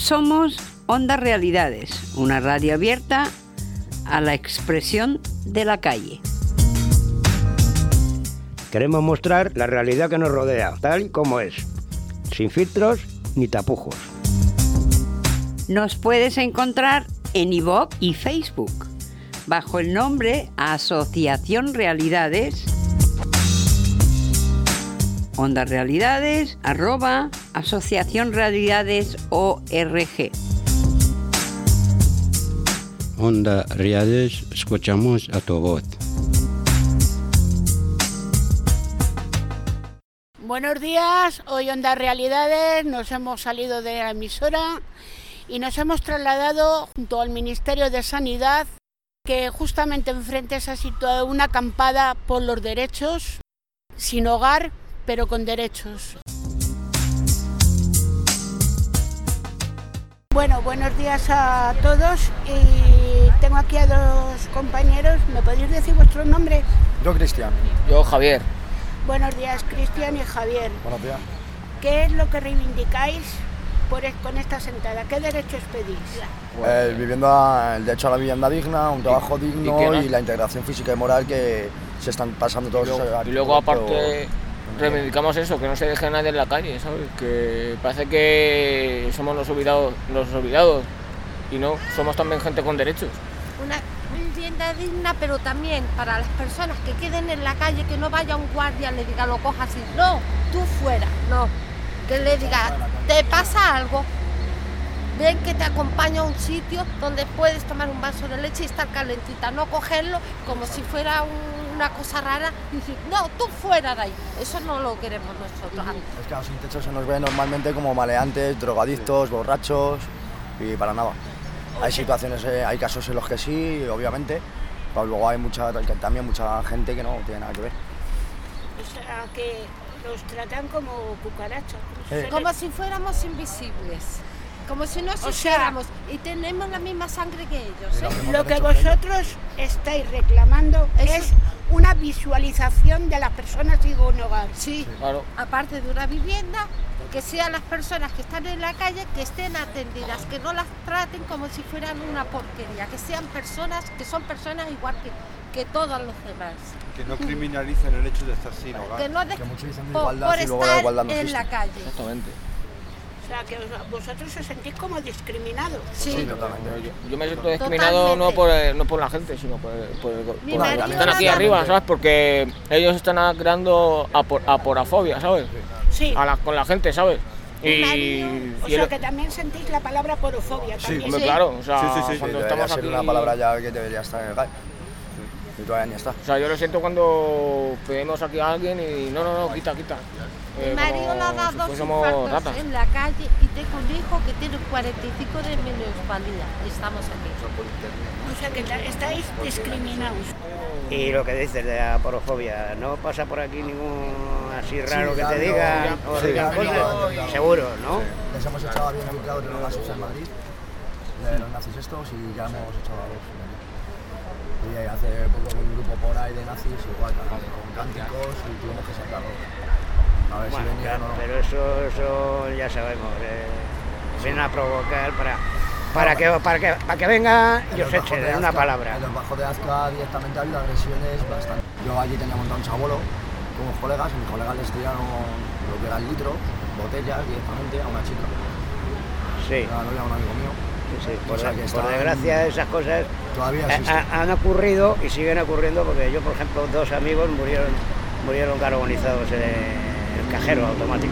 Somos Onda Realidades, una radio abierta a la expresión de la calle. Queremos mostrar la realidad que nos rodea, tal y como es, sin filtros ni tapujos. Nos puedes encontrar en iVoox y Facebook, bajo el nombre Asociación Realidades, Onda Realidades, @Asociación Realidades ORG. Onda Realidades, escuchamos a tu voz. Buenos días, hoy Onda Realidades nos hemos salido de la emisora y nos hemos trasladado junto al Ministerio de Sanidad, que justamente enfrente se ha situado una acampada por los derechos, sin hogar, pero con derechos. Bueno, buenos días a todos y tengo aquí a dos compañeros. ¿Me podéis decir vuestro nombre? Yo, Cristian. Yo, Javier. Buenos días, Cristian y Javier. Buenos días. ¿Qué es lo que reivindicáis con esta sentada? ¿Qué derechos pedís? El derecho a la vivienda digna, un trabajo digno y la integración física y moral que se están pasando todos los Y luego aparte reivindicamos eso, que no se deje nadie en la calle, ¿sabes? Que parece que somos los olvidados y no, somos también gente con derechos. Una vivienda digna, pero también para las personas que queden en la calle, que no vaya un guardia y le diga lo coja así, no, tú fuera, no, que le diga, te pasa algo, ven que te acompaño a un sitio donde puedes tomar un vaso de leche y estar calentita, no cogerlo como si fuera una cosa rara y decir, no, tú fuera de ahí, eso no lo queremos nosotros. Es que a los sin techo se nos ve normalmente como maleantes, drogadictos, borrachos y para nada. Hay situaciones, hay casos en los que sí, obviamente, pero luego hay también mucha gente que no tiene nada que ver. O sea, que los tratan como cucarachas. Como si fuéramos invisibles, como si no existiéramos y tenemos la misma sangre que ellos. Lo que vosotros estáis reclamando es una visualización de las personas sin un hogar. Sí, claro. Aparte de una vivienda, que sean las personas que están en la calle, que estén atendidas, que no las traten como si fueran una porquería, que sean personas, que son personas igual que todos los demás. Que no criminalicen el hecho de estar sin hogar. Que no que muchos dicen de por igualdad y luego la estar igualdad no en existe. la calle. Exactamente. O sea, que vosotros os sentís como discriminados. Sí, totalmente. Yo me siento discriminado no por la gente, sino por marido los que están aquí arriba, ¿sabes? Porque ellos están creando aporafobia, ¿sabes? Sí. Con la gente, ¿sabes? O sea, que también sentís la palabra porofobia también. Hombre, claro, o sea, Sí, cuando debería estamos ser aquí... una palabra ya que debería estar en el GAE. Y todavía ni está. O sea, yo lo siento cuando pedimos aquí a alguien y no, quita. Mi marido le ha dado si dos fuésemos infartos ratas. en la calle y tengo un hijo que tiene 45 de minusvalía y estamos aquí. O sea, que estáis discriminados. Y lo que dices de la porofobia, no pasa por aquí ningún así raro que te digan o digan cosas, seguro, ¿no? Sí. Les hemos echado a bien filtrado de los gases en Madrid, de los nazis estos, y ya hemos echado a dos. Y hace poco un grupo por ahí de nazis, igual, con cánticos, y tuvimos que sacarlos. A ver si venían o no. Pero eso ya sabemos, vienen a provocar para que venga y os echen en una palabra. En los bajos de Azca directamente ha habido agresiones bastante. Yo allí tenía montado un chabuelo con unos colegas, y mis colegas les tiraron lo que eran litros, botellas directamente a una chica. Sí. A la novia de un amigo mío. Sí, O sea, que por están- desgracia esas cosas Todavía existen. han ocurrido y siguen ocurriendo porque yo, por ejemplo, dos amigos murieron carbonizados en el cajero automático.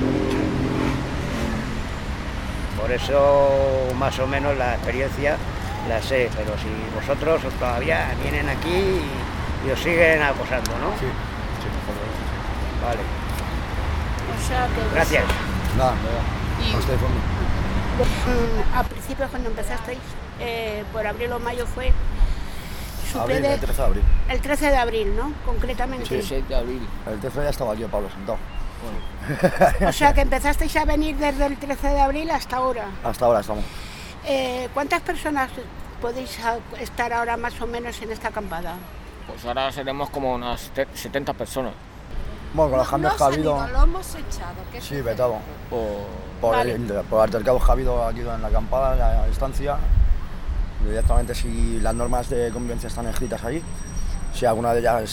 Por eso más o menos la experiencia la sé, pero si vosotros todavía vienen aquí y os siguen acosando, ¿no? Sí, por favor. Vale, O sea, que gracias. Nada, a usted, por mí. Al principio, cuando empezasteis, por abril o mayo fue Abril, el 13 de abril. El 13 de abril, ¿no? Concretamente. Sí, 7 de abril. El 13 ya estaba aquí, Pablo, sentado. O sea, que empezasteis a venir desde el 13 de abril hasta ahora. Hasta ahora estamos. ¿Cuántas personas podéis estar ahora más o menos en esta acampada? Pues ahora seremos como unas 70 personas. Bueno, con los cambios que ha habido... Lo hemos echado. Sí, vetado. por altercados que ha habido aquí en la acampada, en la estancia, directamente si las normas de convivencia están escritas ahí, si alguna de ellas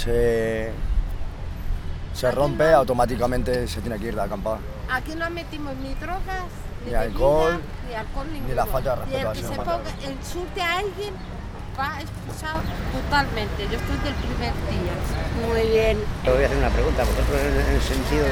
se rompe, automáticamente se tiene que ir de la acampada. Aquí no metimos ni drogas, Ni alcohol, ni la falta de respeto y el al que ser se humano. ponga, insulte a alguien, va expulsado totalmente. Yo estoy del primer día. Muy bien. Te voy a hacer una pregunta, vosotros en el sentido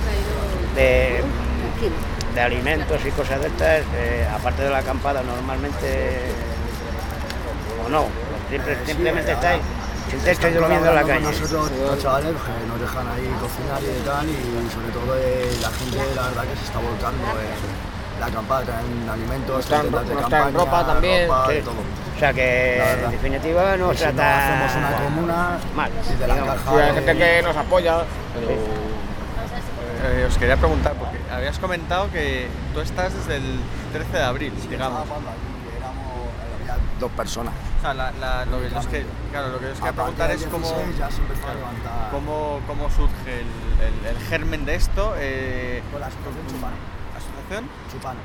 de alimentos y cosas de estas, aparte de la acampada normalmente, o no, simplemente estáis sin techo y durmiendo en la calle. Nosotros, los chavales, que nos dejan ahí cocinar y tal, y sobre todo la gente, la verdad, que se está volcando en la acampada, traen alimentos, tiendas de campaña, ropa también, ropa, sí. todo. O sea que en definitiva no Y si trata no hacemos una comuna mal. y de la digamos. caja Sí, hay gente que nos apoya, pero... Os quería preguntar, porque habías comentado que tú estás desde el 13 de abril, digamos. Había 2 personas. O sea, lo que yo os quería preguntar es cómo surge el germen de esto. Con la asociación Chupano. ¿Asociación? Chupano.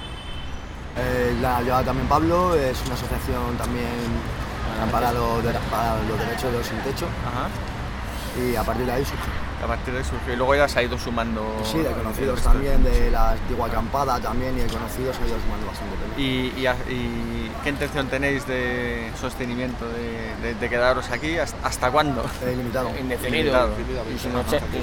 La lleva también Pablo, es una asociación también para los derechos de los sin techo. Ajá. Y a partir de ahí surge. A partir de ahí surge. Y luego ya se ha ido sumando. Sí, de conocidos también, de la antigua acampada también, y de conocidos se ha ido sumando bastante también. ¿Y qué intención tenéis de sostenimiento, de quedaros aquí? ¿Hasta cuándo? Ilimitado. Indefinido. Y si nos echan,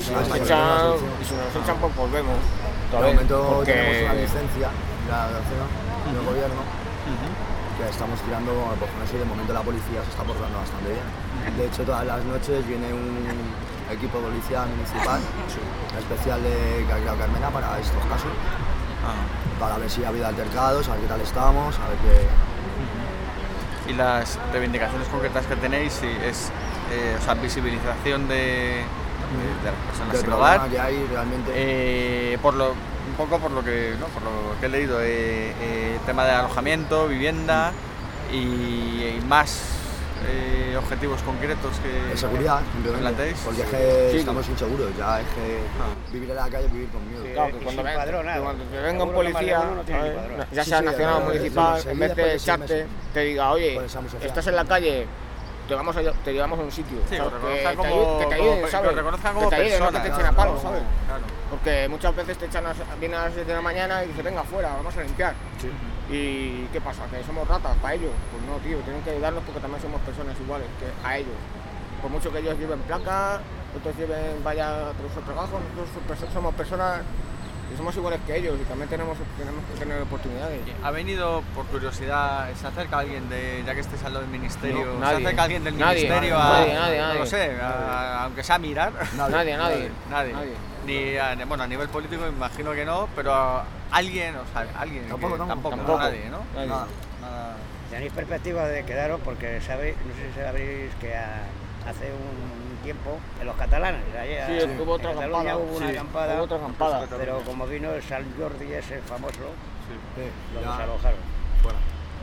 pues volvemos. De momento tenemos una licencia de la del gobierno, que estamos tirando por eso, y de momento la policía se está portando bastante bien. De hecho, todas las noches viene un equipo de policía municipal especial de Carmena para estos casos, para ver si ha habido altercados, a ver qué tal estamos, a ver qué... Y las reivindicaciones concretas que tenéis es visibilización de las personas sin hogar, que hay realmente. Un poco por lo que he leído, tema de alojamiento, vivienda y más objetivos concretos que seguridad, planteáis. Porque es que estamos inseguros, ya es que vivir en la calle es vivir con miedo. Claro, que cuando te venga un policía, ya sea nacional o municipal, en vez de echarte, te diga, oye, estás en la calle, te llevamos a un sitio, sí, ¿sabes? Que te ayuden, ¿sabes? Que reconozcan como que te ayuden, persona, no que te echen a palos, claro, ¿sabes? Claro. Porque muchas veces vienen a las 7 de la mañana y dicen, venga, fuera, vamos a limpiar. Sí. ¿Y qué pasa? ¿Que somos ratas para ellos? Pues no, tío, tienen que ayudarnos porque también somos personas iguales que a ellos. Por mucho que ellos lleven placa, otros vaya a su trabajo, nosotros somos personas y somos iguales que ellos y también tenemos que tener oportunidades. ¿Ha venido, por curiosidad, se acerca alguien nadie. ¿Se acerca alguien del ministerio Nadie. No sé, aunque sea a mirar? Nadie. Ni a nivel político imagino que no, pero alguien, tampoco, nadie, ¿no? Nada. ¿Tenéis perspectiva de quedaros? Porque no sé si sabéis que hace un tiempo en los catalanes, allá hubo otra en Cataluña acampada, hubo una acampada, pero sí. como vino el San Jordi ese famoso, lo ya. desalojaron. Bueno.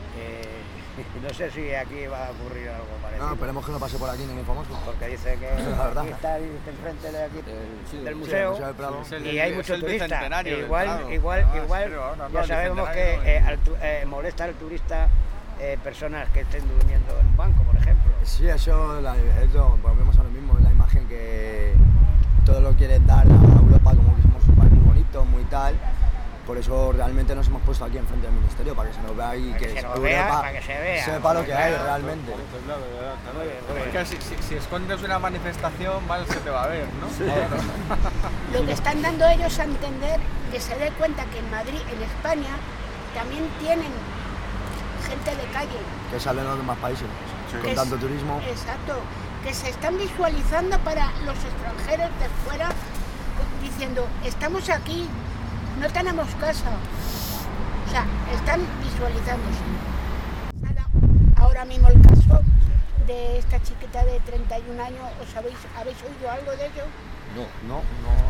No sé si aquí va a ocurrir algo parecido. No, esperemos que no pase por aquí ningún famoso. Porque dice que aquí está enfrente de aquí del museo, Museo del Prado. y hay muchos turistas. Igual no, ya sabemos que molesta al turista personas que estén durmiendo en un banco, por ejemplo. Sí, eso volvemos a lo mismo, es la imagen que todos lo quieren dar a Europa como que somos un país muy bonito, muy tal. Por eso realmente nos hemos puesto aquí enfrente del ministerio, para que se nos vea y que se vea, sepa lo que hay realmente. Porque si escondes una manifestación, mal se te va a ver, ¿no? Sí. Lo que están dando ellos a entender, que se dé cuenta que en Madrid, en España, también tienen gente de calle. Que salen los demás países, con tanto turismo. Exacto, que se están visualizando para los extranjeros de fuera, diciendo, estamos aquí, no tenemos casa. O sea, están visualizándose. Ahora mismo el caso de esta chiquita de 31 años, ¿habéis oído algo de ello? No.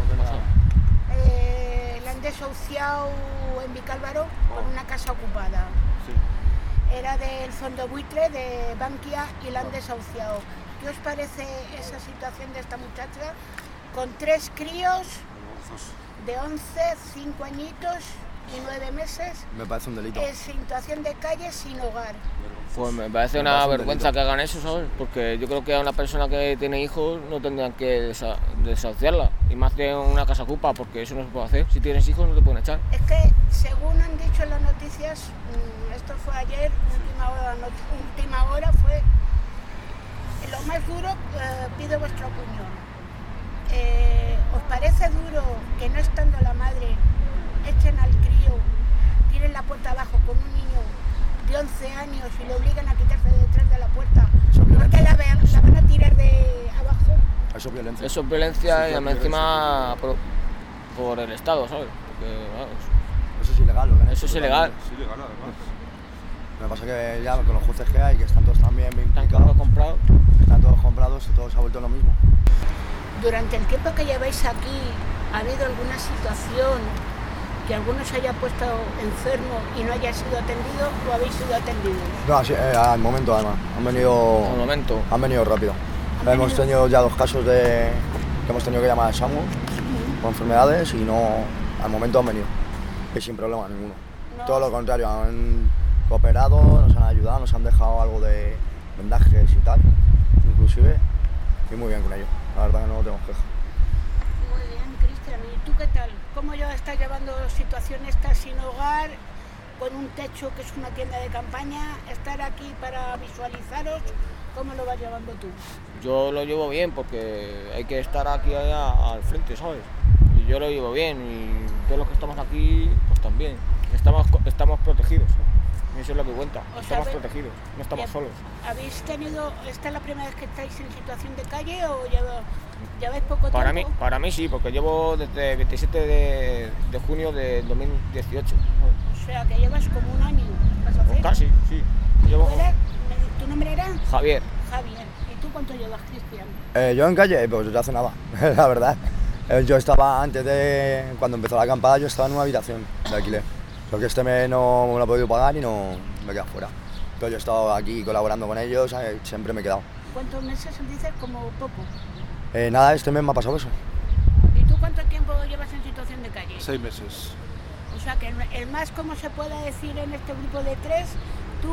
La han desahuciado en Vicálvaro por una casa ocupada. Sí. Era del fondo buitre de Bankia y la han desahuciado. ¿Qué os parece esa situación de esta muchacha con 3 críos de 11, 5 añitos y 9 meses Me parece un delito. en situación de calle sin hogar. Pues me parece una vergüenza que hagan eso, ¿sabes? Porque yo creo que a una persona que tiene hijos no tendrían que desahuciarla. Y más de una casa ocupa, porque eso no se puede hacer. Si tienes hijos no te pueden echar. Es que, según han dicho en las noticias, esto fue ayer, última hora fue lo más duro. Pido vuestra opinión. ¿Os parece duro que no estando la madre echen al crío, tiren la puerta abajo con un niño de 11 años y le obligan a quitarse de detrás de la puerta? Porque la van a tirar de abajo. Eso es violencia. Eso es violencia y además encima por el Estado, ¿sabes? Porque, vamos, Eso es ilegal. ¿no? eso es ilegal. Es ilegal, además. Lo que pasa es que ya con los jueces que hay, que están todos también bien Están implicados, comprados. están todos comprados y todo se ha vuelto lo mismo. Durante el tiempo que lleváis aquí, ¿ha habido alguna situación que alguno se haya puesto enfermo y no haya sido atendido o habéis sido atendidos? No, así, al momento además. Han venido rápido. Hemos tenido ya 2 casos que hemos tenido que llamar al SAMU con enfermedades y no, al momento han venido. Y sin problema ninguno. No. Todo lo contrario, han cooperado, nos han ayudado, nos han dejado algo de vendajes y tal, inclusive, y muy bien con ello. La verdad que no tengo queja. Muy bien, Cristian. ¿Y tú qué tal? ¿Cómo estás llevando situación esta sin hogar, con un techo que es una tienda de campaña, estar aquí para visualizaros? ¿Cómo lo vas llevando tú? Yo lo llevo bien porque hay que estar aquí allá al frente, ¿sabes? Y yo lo llevo bien y todos los que estamos aquí, pues también. Estamos protegidos, ¿eh? Y eso es lo que cuenta. Estamos protegidos, no estamos solos. ¿Habéis tenido, esta es la primera vez que estáis en situación de calle o lleváis poco Para tiempo? Para mí sí, porque llevo desde el 27 de junio de 2018. O sea, que llevas como un año. ¿Vas a hacer? Casi, sí. ¿Tu nombre era? Javier. Javier. ¿Y tú cuánto llevas, Cristian? Yo en calle, pues ya hace nada, la verdad. Yo estaba antes de, cuando empezó la acampada, yo estaba en una habitación de alquiler. Lo que este mes no me lo he podido pagar y no me he quedado fuera. Pero yo he estado aquí colaborando con ellos, siempre me he quedado. ¿Cuántos meses dices como poco? Nada, este mes me ha pasado eso. ¿Y tú cuánto tiempo llevas en situación de calle? 6 meses. O sea, que el más, como se puede decir en este grupo de 3, tú.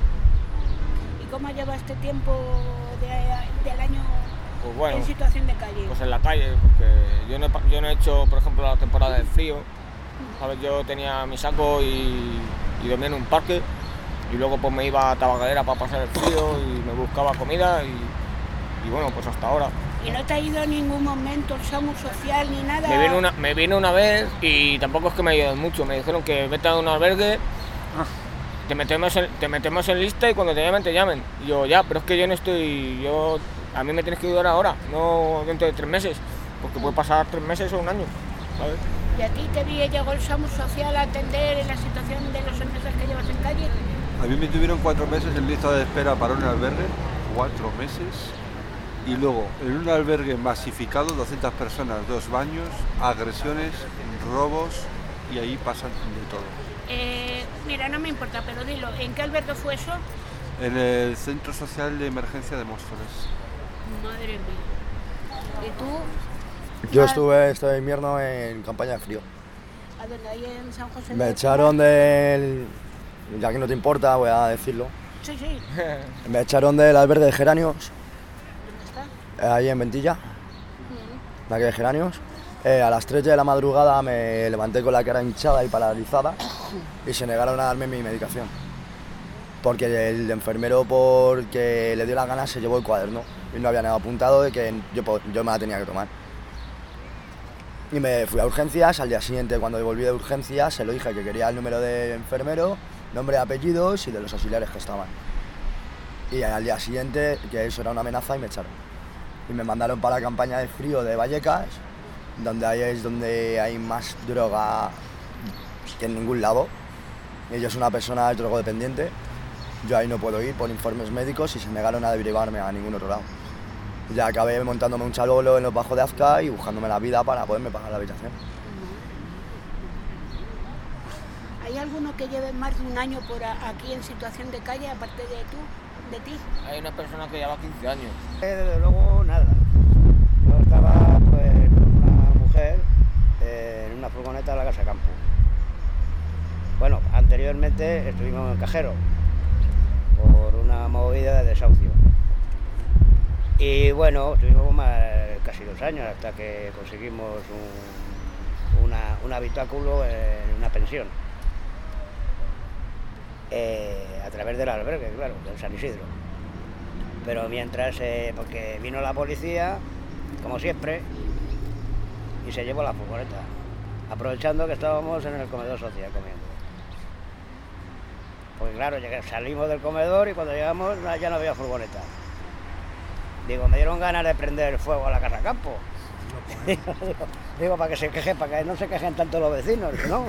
¿Y cómo llevas este tiempo del año Pues bueno, en situación de calle? pues en la calle, porque yo no he hecho, por ejemplo, la temporada del frío. ¿Sabes? Yo tenía mi saco y dormía en un parque y luego pues me iba a Tabacalera para pasar el frío y me buscaba comida y bueno, pues hasta ahora. ¿Y no te ha ido en ningún momento el SAMU social ni nada? Me vino una vez y tampoco es que me ayudó mucho. Me dijeron que vete a un albergue, te metemos en lista y cuando te llamen. Y yo, ya, pero es que yo no estoy... A mí me tienes que ayudar ahora, no dentro de 3 meses, porque puede pasar 3 meses o un año, ¿sabes? ¿Y a ti llegó el SAMU social a atender en la situación de los meses que llevas en calle? A mí me tuvieron 4 meses en lista de espera para un albergue, 4 meses. Y luego, en un albergue masificado, 200 personas, 2 baños, agresiones, robos, y ahí pasan de todo. Mira, no me importa, pero dilo, ¿en qué albergue fue eso? En el Centro Social de Emergencia de Móstoles. Madre mía. ¿Y tú? Yo estuve este invierno en campaña de frío. ¿A dónde? Ahí en San José. Me echaron del... Ya que no te importa, voy a decirlo. Sí, sí. Me echaron del albergue de geranios. ¿Dónde está? Ahí en Ventilla, la calle de Geranios. A las 3 de la madrugada me levanté con la cara hinchada y paralizada y se negaron a darme mi medicación. Porque el enfermero, porque le dio la gana, se llevó el cuaderno y no había nada apuntado de que yo me la tenía que tomar. Y me fui a urgencias. Al día siguiente, cuando volví de urgencias, se lo dije que quería el número de enfermero, nombre, apellidos y de los auxiliares que estaban. Y al día siguiente, que eso era una amenaza, y me echaron. Y me mandaron para la campaña de frío de Vallecas, donde ahí es donde hay más droga que en ningún lado. Y yo soy una persona drogodependiente. Yo ahí no puedo ir por informes médicos y se negaron a derivarme a ningún otro lado. Ya acabé montándome un chalolo en los bajos de Azca y buscándome la vida para poderme pagar la habitación. ¿Hay alguno que lleve más de un año por aquí en situación de calle, aparte de ti? Hay una persona que lleva 15 años. Desde luego, nada. Yo estaba pues, con una mujer en una furgoneta de la Casa Campo. anteriormente estuvimos en Cajero por una movida de desahucio. Y bueno, estuvimos casi 2 años hasta que conseguimos un habitáculo en una pensión. A través del albergue, claro, del San Isidro. Pero mientras, porque vino la policía, como siempre, y se llevó la furgoneta, aprovechando que estábamos en el comedor social comiendo. Porque claro, salimos del comedor y cuando llegamos ya no había furgoneta. Digo, me dieron ganas de prender fuego a la casa campo. Digo, para que se quejen, para que no se quejen tanto los vecinos, ¿no?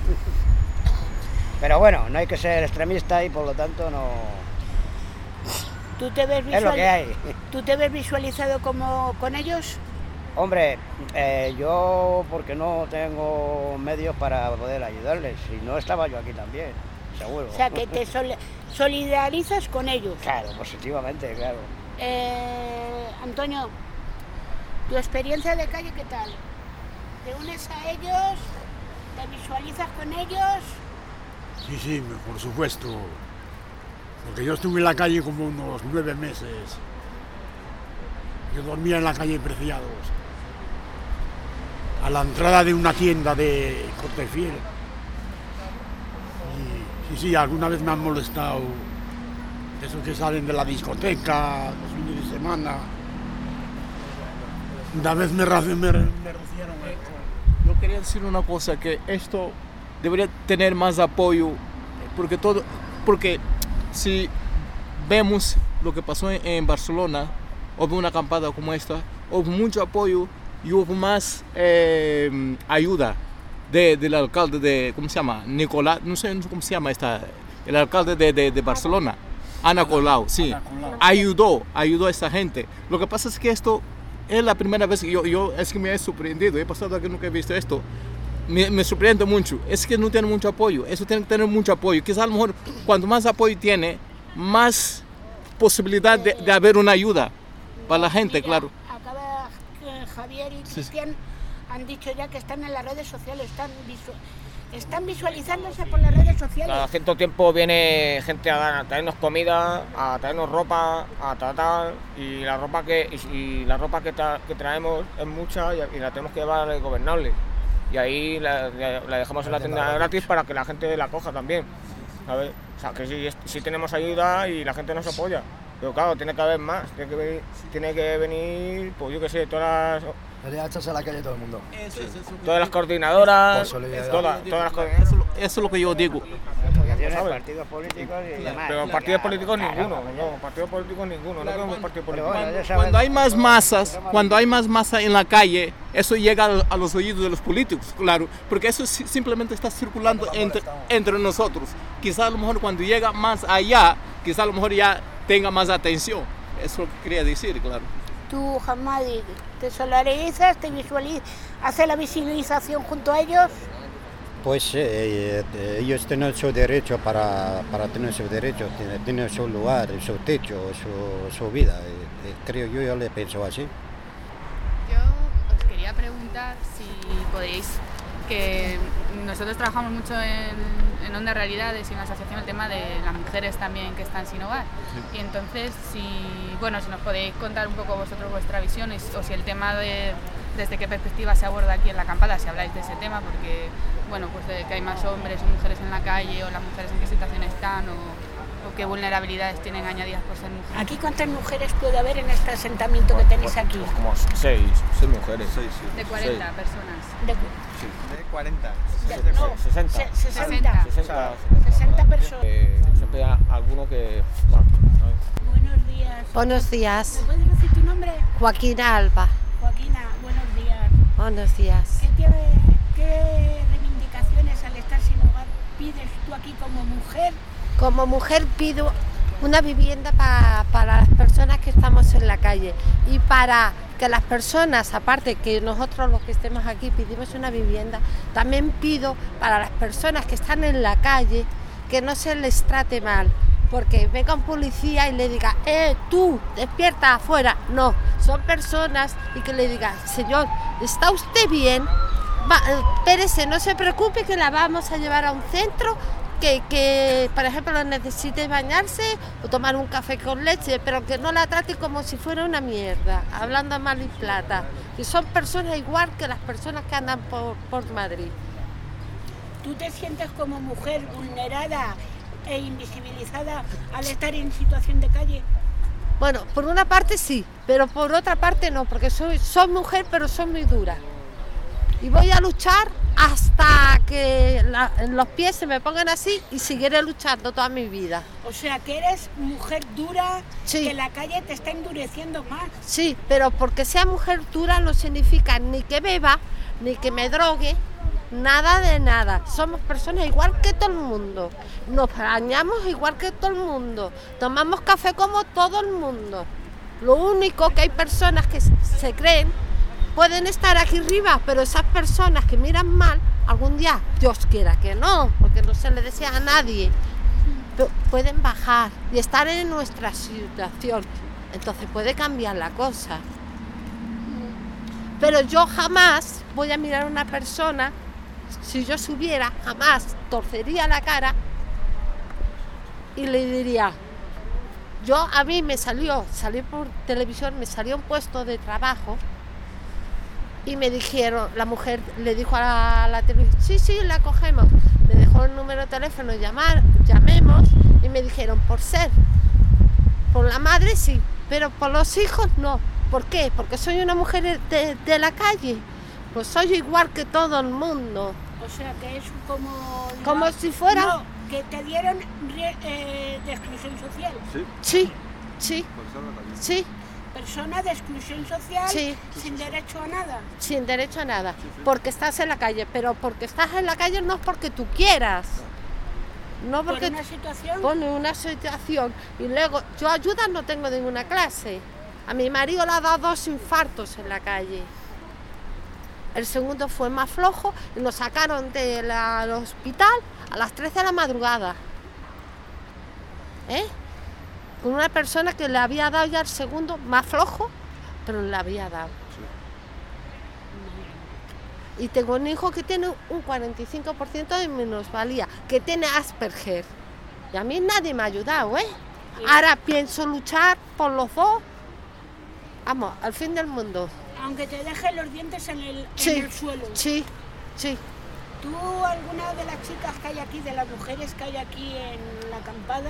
Pero bueno, no hay que ser extremista y por lo tanto no... ¿Tú te ves es lo que hay. ¿Tú te ves visualizado como con ellos? Hombre, yo porque no tengo medios para poder ayudarles, si no estaba yo aquí también, seguro. O sea, que te solidarizas con ellos. Claro, positivamente, claro. Antonio, ¿tu experiencia de calle qué tal? ¿Te unes a ellos? ¿Te visualizas con ellos? Sí, por supuesto. Porque yo estuve en la calle como unos 9 meses. Yo dormía en la calle Preciados, a la entrada de una tienda de Cortefiel. Y sí, alguna vez me han molestado esos que salen de la discoteca los fines de semana. Una vez me rociaron. Yo quería decir una cosa, que esto debería tener más apoyo, porque si vemos lo que pasó en Barcelona, hubo una acampada como esta, hubo mucho apoyo y hubo más ayuda del alcalde de, ¿cómo se llama? Nicolás, no sé cómo se llama el alcalde de Barcelona, Ana Colau, sí, ayudó a esta gente. Lo que pasa es que esto es la primera vez que yo es que me he sorprendido, he pasado aquí, nunca he visto esto. Me sorprende mucho, es que no tiene mucho apoyo, eso tiene que tener mucho apoyo. Quizás a lo mejor cuanto más apoyo tiene, más posibilidad de haber una ayuda para la gente, mira, claro. Acaba Javier y Cristian han dicho ya que están en las redes sociales, están visualizándose por las redes sociales. Cada cierto tiempo viene gente a traernos comida, a traernos ropa, a tratar, y la ropa que traemos es mucha y la tenemos que llevar al gobernable. Y ahí la dejamos en la tienda gratis para que la gente la coja también, ¿sabes? O sea, que sí tenemos ayuda y la gente nos apoya, pero claro, tiene que haber más, tiene que venir, pues yo qué sé, todas las... Debería echarse a la calle todo el mundo. Todas las coordinadoras, todas las coordinadoras. Eso es lo que yo digo. Partidos políticos y demás. Pero partidos políticos ninguno, no queremos partidos políticos. Cuando hay más masas, en la calle, eso llega a los oídos de los políticos, claro, porque eso simplemente está circulando entre nosotros. Quizás a lo mejor cuando llega más allá, quizás a lo mejor ya tenga más atención. Eso es lo que quería decir, claro. Tú, Hamadi, ¿te solidarizas, haces la visibilización junto a ellos? Pues ellos tienen su derecho para tener su derecho, tienen su lugar, su techo, su vida. Creo yo le pienso así. Yo os quería preguntar si podéis, que nosotros trabajamos mucho en Onda Realidades y en la asociación el tema de las mujeres también que están sin hogar. Y entonces, si nos podéis contar un poco vosotros vuestra visión o si el tema desde qué perspectiva se aborda aquí en la acampada, si habláis de ese tema, porque pues de que hay más hombres o mujeres en la calle, o las mujeres en qué situación están, o qué vulnerabilidades tienen añadidas por ser mujeres. ¿Aquí cuántas mujeres puede haber en este asentamiento que tenéis aquí? Como 6 mujeres. De 40 personas. De 40. 60 personas. Siempre hay alguno que... Buenos días. Buenos días. ¿Me puedes decir tu nombre? Joaquina Alba. Joaquina, buenos días. Buenos días. ¿Qué reivindicaciones al estar sin hogar pides tú aquí como mujer? Como mujer pido una vivienda para las personas que estamos en la calle y para que las personas, aparte que nosotros los que estemos aquí pedimos una vivienda, también pido para las personas que están en la calle que no se les trate mal, porque venga un policía y le diga, tú, despierta afuera. No, son personas y que le diga, señor, ¿está usted bien? Espérese, no se preocupe que la vamos a llevar a un centro que, por ejemplo, necesite bañarse o tomar un café con leche, pero que no la trate como si fuera una mierda, hablando mal y plata. Y son personas igual que las personas que andan por Madrid. ¿Tú te sientes como mujer vulnerada e invisibilizada al estar en situación de calle? Bueno, por una parte sí, pero por otra parte no, porque soy mujer, pero soy muy dura. Y voy a luchar hasta que los pies se me pongan así y seguiré luchando toda mi vida. O sea, que eres mujer dura, sí. Que la calle te está endureciendo más. Sí, pero porque sea mujer dura no significa ni que beba, ni que me drogue, nada de nada. Somos personas igual que todo el mundo. Nos bañamos igual que todo el mundo. Tomamos café como todo el mundo. Lo único que hay personas que se creen, pueden estar aquí arriba, pero esas personas que miran mal, algún día, Dios quiera que no, porque no se le desea a nadie, pueden bajar y estar en nuestra situación. Entonces puede cambiar la cosa. Pero yo jamás voy a mirar a una persona. Si yo subiera, jamás torcería la cara y le diría, a mí me salí por televisión, me salió un puesto de trabajo y me dijeron, la mujer le dijo a la televisión, sí, la cogemos, me dejó el número de teléfono, llamemos y me dijeron, por la madre sí, pero por los hijos no. ¿Por qué? Porque soy una mujer de la calle. Pues soy igual que todo el mundo. O sea, que es como... Como si fuera... No, que te dieron de exclusión social. Sí. Persona de exclusión social, sí. Sin derecho a nada. Sin derecho a nada, porque estás en la calle. Pero porque estás en la calle no es porque tú quieras. No porque... ¿Por una situación? Por una situación. Y luego, yo ayuda no tengo de ninguna clase. A mi marido le ha dado 2 infartos en la calle. El segundo fue más flojo y nos sacaron del hospital a las 3 de la madrugada. Con una persona que le había dado ya el segundo más flojo, pero le había dado. Sí. Y tengo un hijo que tiene un 45% de minusvalía, que tiene Asperger. Y a mí nadie me ha ayudado, Sí. Ahora pienso luchar por los dos. Vamos, al fin del mundo. Aunque te deje los dientes en el suelo. Sí. ¿Tú, alguna de las chicas que hay aquí, de las mujeres que hay aquí en la acampada,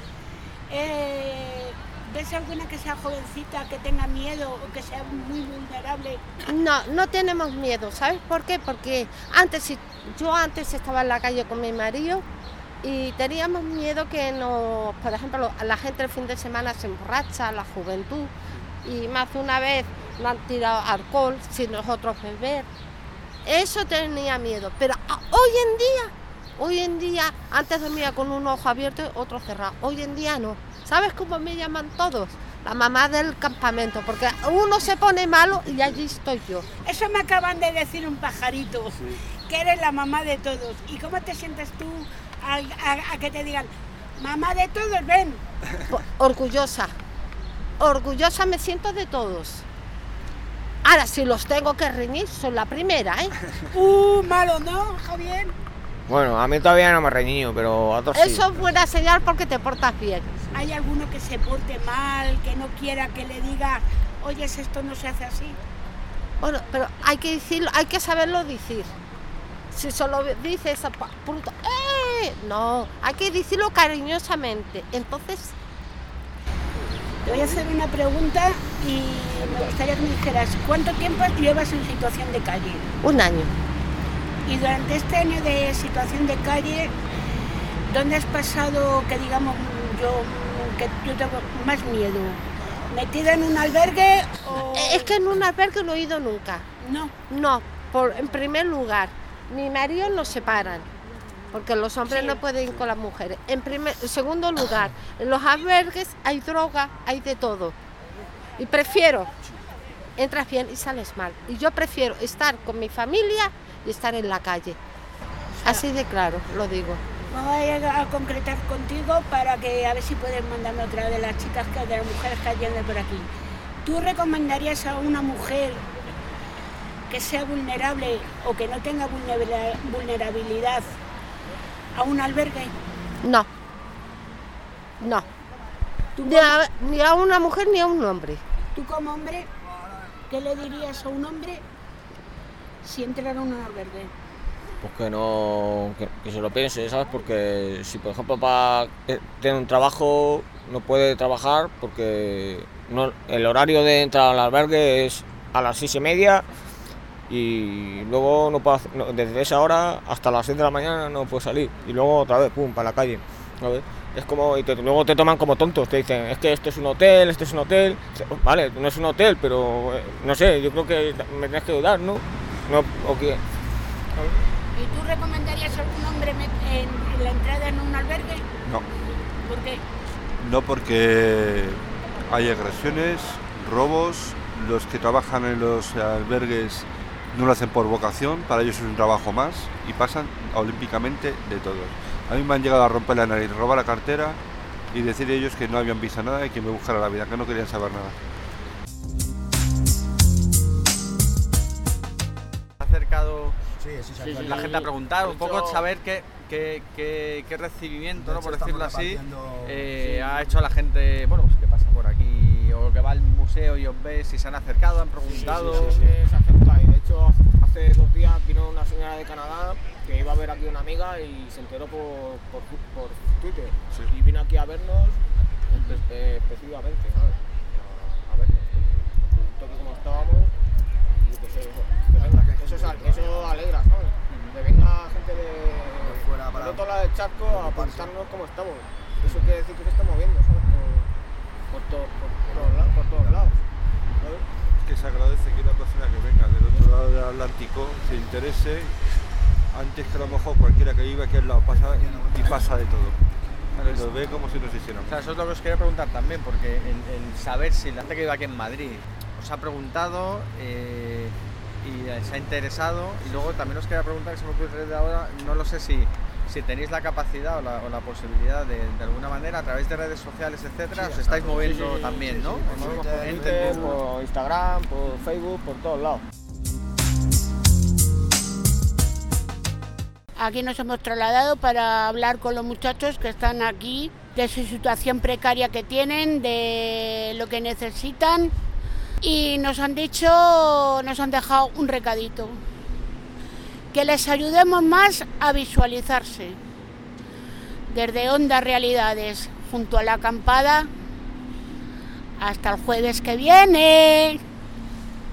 ves alguna que sea jovencita, que tenga miedo o que sea muy vulnerable? No tenemos miedo, ¿sabes por qué? Porque yo antes estaba en la calle con mi marido y teníamos miedo que por ejemplo, la gente el fin de semana se emborracha, la juventud, y más de una vez nos han tirado alcohol sin nosotros beber. Eso tenía miedo, pero hoy en día, antes dormía con un ojo abierto y otro cerrado, hoy en día no. ¿Sabes cómo me llaman todos? La mamá del campamento, porque uno se pone malo y allí estoy yo. Eso me acaban de decir un pajarito, que eres la mamá de todos. ¿Y cómo te sientes tú a que te digan, mamá de todos, ven? Orgullosa me siento de todos. Ahora, si los tengo que reñir, soy la primera, malo, ¿no, Javier? Bueno, a mí todavía no me reñido, pero a otros sí. Eso es buena señal porque te portas bien. ¿Hay alguno que se porte mal, que no quiera que le diga, oye, esto no se hace así? Bueno, pero hay que decirlo, hay que saberlo decir. Si solo dices, no, hay que decirlo cariñosamente. Entonces... Te voy a hacer una pregunta y me gustaría que me dijeras, ¿cuánto tiempo llevas en situación de calle? 1 año. Y durante este año de situación de calle, ¿dónde has pasado, que digamos, yo tengo más miedo? ¿Metida en un albergue o...? Es que en un albergue no he ido nunca. ¿No? No, en primer lugar, mi marido nos separan, porque los hombres no pueden ir con las mujeres. En segundo lugar, en los albergues hay droga, hay de todo. Y prefiero, entras bien y sales mal. Y yo prefiero estar con mi familia y estar en la calle. Así de claro, lo digo. Voy a concretar contigo para que a ver si puedes mandarme otra de las chicas, de las mujeres que hay por aquí. ¿Tú recomendarías a una mujer que sea vulnerable o que no tenga vulnerabilidad a un albergue? No. Ni a una mujer ni a un hombre. ¿Tú como hombre, qué le dirías a un hombre si entrara a un albergue? Pues que no, que se lo piense, ¿sabes? Porque si por ejemplo tiene un trabajo, no puede trabajar porque el horario de entrar al albergue es a las 6:30 y luego no puede desde esa hora hasta las 6 de la mañana no puede salir y luego otra vez, pum, para la calle, ¿sabes? Es como, luego te toman como tontos, te dicen, es que este es un hotel, vale, no es un hotel, pero no sé, yo creo que me tienes que ayudar, ¿no? ¿O qué? ¿Y tú recomendarías a algún hombre en la entrada en un albergue? No. ¿Por qué? No, porque hay agresiones, robos, los que trabajan en los albergues no lo hacen por vocación, para ellos es un trabajo más y pasan olímpicamente de todos. A mí me han llegado a romper la nariz, robar la cartera y decir ellos que no habían visto nada y que me buscara la vida, que no querían saber nada. Acercado Sí, la gente a preguntar, un poco saber qué recibimiento, ¿no? Por decirlo así, ha hecho a la gente, bueno, pues que pasa por aquí o que va al museo y os ve, si se han acercado, han preguntado. Sí, se acerca y de hecho hace 2 días vino una señora de Canadá que iba a ver aquí una amiga y se enteró por Twitter y vino aquí a vernos específicamente, ¿sabes? A vernos, preguntó que cómo estábamos y que eso alegra, ¿sabes? Que venga gente de otro lado del charco a apuntarnos cómo estamos. Eso quiere decir que se está moviendo, ¿sabes? Por todos lados. ¿Sabes? Que se agradece que una persona que venga del otro lado del Atlántico se interese antes que a lo mejor cualquiera que viva aquí al lado pasa y pasa de todo. Nos ve como si nos hiciéramos. O sea, eso es lo que os quería preguntar también, porque el saber si la gente que vive aquí en Madrid os ha preguntado y se ha interesado, y luego también os quería preguntar, que se me ocurre de ahora, no lo sé si tenéis la capacidad o la posibilidad de alguna manera a través de redes sociales, etcétera, os estáis moviendo también, ¿no? Por Instagram, por Facebook, por todos lados. Aquí nos hemos trasladado para hablar con los muchachos que están aquí, de su situación precaria que tienen, de lo que necesitan, y nos han dejado un recadito, que les ayudemos más a visualizarse. Desde Onda Realidades, junto a la acampada, hasta el jueves que viene.